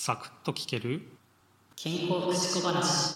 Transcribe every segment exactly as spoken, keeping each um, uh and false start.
サクッと聞ける健康福祉小話。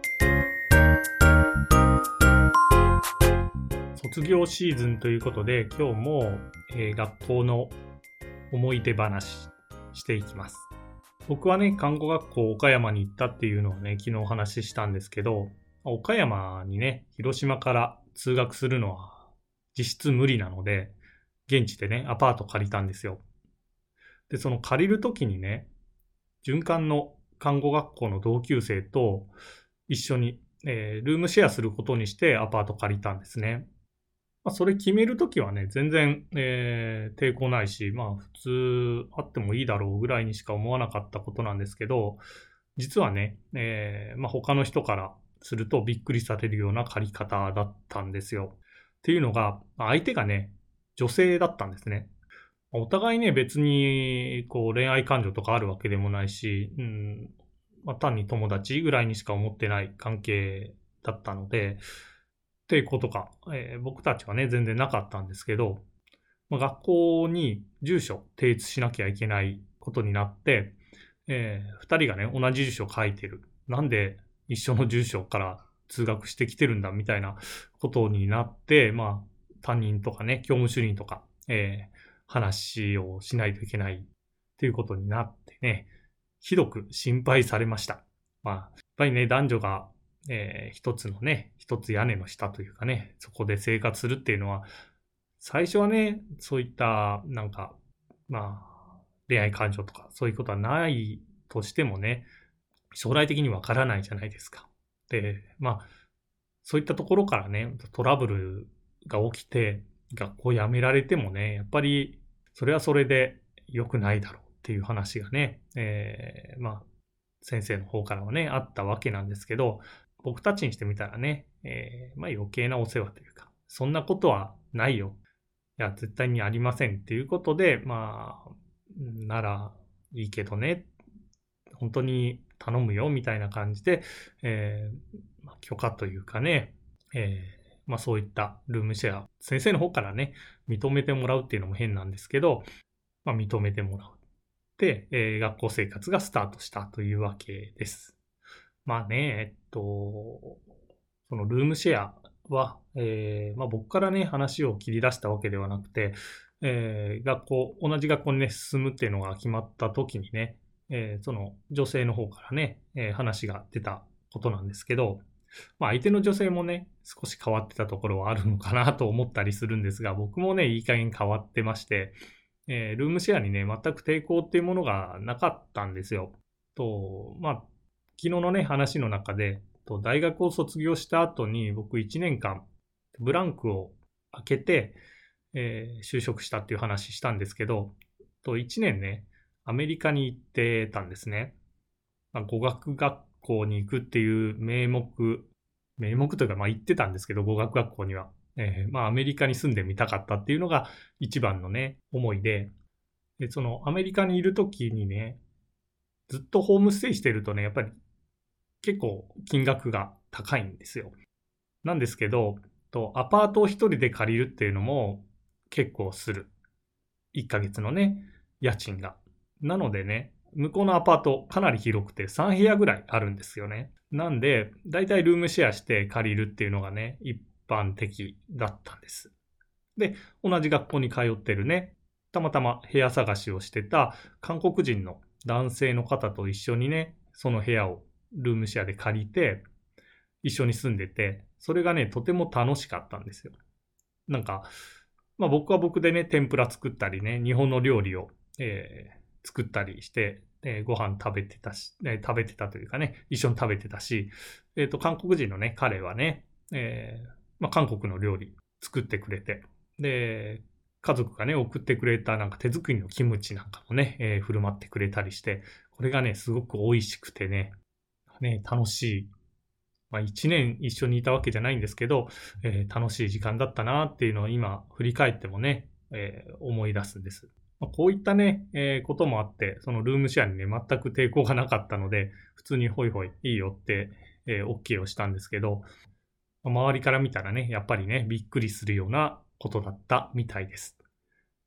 卒業シーズンということで、今日も、えー学校の思い出話していきます。僕はね、看護学校岡山に行ったっていうのをね、昨日お話ししたんですけど、岡山にね、広島から通学するのは実質無理なので、現地でね、アパート借りたんですよ。で、その借りるときにね、循環の看護学校の同級生と一緒に、えールームシェアすることにしてアパート借りたんですね。まあ、それ決めるときはね、全然、えー抵抗ないし、まあ普通あってもいいだろうぐらいにしか思わなかったことなんですけど、実はね、えーまあ、他の人からするとびっくりされるような借り方だったんですよ。っていうのが、相手がね、女性だったんですね。お互いね、別にこう恋愛感情とかあるわけでもないし、うん、まあ、単に友達ぐらいにしか思ってない関係だったので、っていうことか、えー僕たちはね、全然なかったんですけど、まあ、学校に住所提出しなきゃいけないことになって、えー、ふたりがね、同じ住所書いてる。なんで一緒の住所から通学してきてるんだみたいなことになって、まあ、担任とかね、教務主任とか、えー話をしないといけないっていうことになってね、ひどく心配されました。まあ、やっぱりね、男女が、えー一つのね、一つ屋根の下というかね、そこで生活するっていうのは、最初はね、そういった、なんか、まあ、恋愛感情とか、そういうことはないとしてもね、将来的にわからないじゃないですか。で、まあ、そういったところからね、トラブルが起きて、学校辞められてもね、やっぱり、それはそれで良くないだろうっていう話がね、えーまあ、先生の方からはね、あったわけなんですけど、僕たちにしてみたらね、えーまあ余計なお世話というか、そんなことはないよ。いや、絶対にありませんっていうことで、まあ、ならいいけどね、本当に頼むよみたいな感じで、えーまあ、許可というかね、えーまあ、そういったルームシェア、先生の方からね、認めてもらうっていうのも変なんですけど、まあ、認めてもらう。で、えー学校生活がスタートしたというわけです。まあね、えっと、そのルームシェアは、えーまあ、僕からね、話を切り出したわけではなくて、えー学校、同じ学校にね、進むっていうのが決まった時にね、えーその女性の方からね、えー話が出たことなんですけど、まあ、相手の女性もね、少し変わってたところはあるのかなと思ったりするんですが、僕もね、いい加減変わってまして、えールームシェアにね、全く抵抗っていうものがなかったんですよ。と、まあ、昨日のね、話の中で、と大学を卒業した後に僕いちねんかんブランクを空けて、えー就職したっていう話したんですけど、といちねんね、アメリカに行ってたんですね。まあ、語学学校に行くっていう名目、名目というか、まあ行ってたんですけど、語学学校には。えーまあアメリカに住んでみたかったっていうのが一番のね、思いで、で、そのアメリカにいるときにね、ずっとホームステイしてるとね、やっぱり結構金額が高いんですよ。なんですけど、とアパートを一人で借りるっていうのも結構する。いっかげつのね、家賃が。なのでね、向こうのアパートかなり広くてさん部屋ぐらいあるんですよね。なんで、だいたいルームシェアして借りるっていうのがね、一般的だったんです。で、同じ学校に通ってるね、たまたま部屋探しをしてた韓国人の男性の方と一緒にね、その部屋をルームシェアで借りて、一緒に住んでて、それがね、とても楽しかったんですよ。なんか、まあ僕は僕でね、天ぷら作ったりね、日本の料理を、えー作ったりして、えーご飯食べてたし、えー食べてたというかね、一緒に食べてたし、えっと、韓国人のね、彼はね、えーまあ韓国の料理作ってくれて、で、家族がね、送ってくれたなんか手作りのキムチなんかもね、えー振る舞ってくれたりして、これがね、すごく美味しくてね、ね、楽しい。まあ一年一緒にいたわけじゃないんですけど、えー楽しい時間だったなっていうのを今振り返ってもね、えー思い出すんです。まあ、こういったね、えーこともあって、そのルームシェアにね、全く抵抗がなかったので、普通にホイホイいいよって、えー OK をしたんですけど、まあ周りから見たらね、やっぱりね、びっくりするようなことだったみたいです。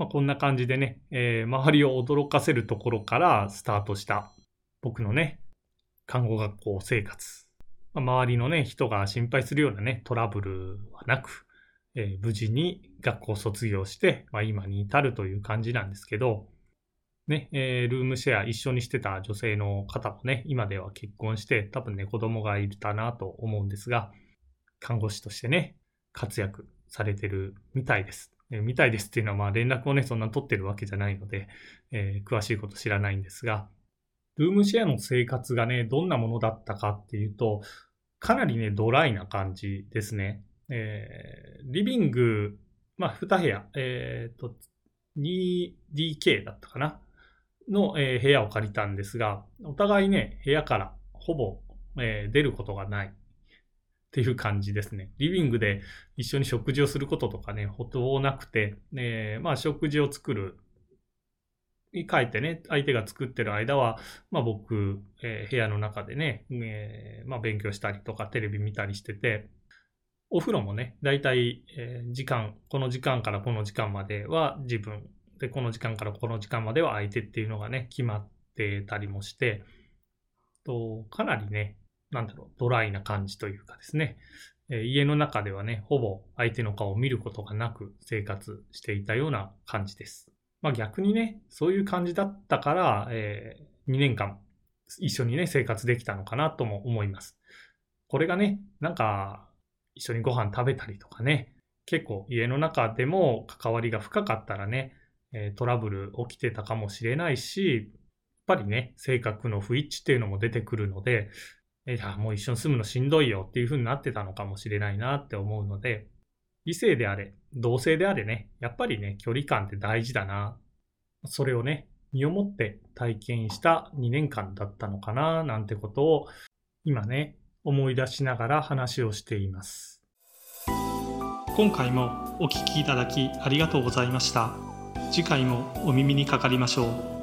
まあ、こんな感じでね、えー周りを驚かせるところからスタートした僕のね、看護学校生活。まあ周りのね、人が心配するようなね、トラブルはなく、えー無事に学校を卒業して、まあ、今に至るという感じなんですけど、ね、えールームシェア一緒にしてた女性の方もね、今では結婚して、多分ね、子供がいたなと思うんですが、看護師としてね、活躍されてるみたいです。えーみたいですっていうのは、まあ連絡をね、そんな取ってるわけじゃないので、えー詳しいこと知らないんですが、ルームシェアの生活がね、どんなものだったかっていうと、かなりね、ドライな感じですね。えーリビング、まあ、に部屋、えっと、にディーケー だったかなの、えー部屋を借りたんですが、お互いね、部屋からほぼ、えー出ることがないっていう感じですね。リビングで一緒に食事をすることとかね、ほとんどなくて、えーまあ、食事を作るに帰ってね、相手が作ってる間は、まあ僕、えー部屋の中でね、えーまあ勉強したりとかテレビ見たりしてて、お風呂もね、だいたい、えー時間、この時間からこの時間までは自分、で、この時間からこの時間までは相手っていうのがね、決まってたりもして、とかなりね、なんだろう、ドライな感じというかですね、えー家の中ではね、ほぼ相手の顔を見ることがなく生活していたような感じです。まあ逆にね、そういう感じだったから、えーにねんかん一緒にね、生活できたのかなとも思います。これがね、なんか、一緒にご飯食べたりとかね、結構家の中でも関わりが深かったらね、えートラブル起きてたかもしれないし、やっぱりね、性格の不一致っていうのも出てくるので、えじゃあもう一緒に住むのしんどいよっていう風になってたのかもしれないなって思うので、異性であれ、同性であれね、やっぱりね、距離感って大事だな。それをね、身をもって体験したにねんかんだったのかな、なんてことを今ね、思い出しながら話をしています。今回もお聞きいただきありがとうございました。次回もお耳にかかりましょう。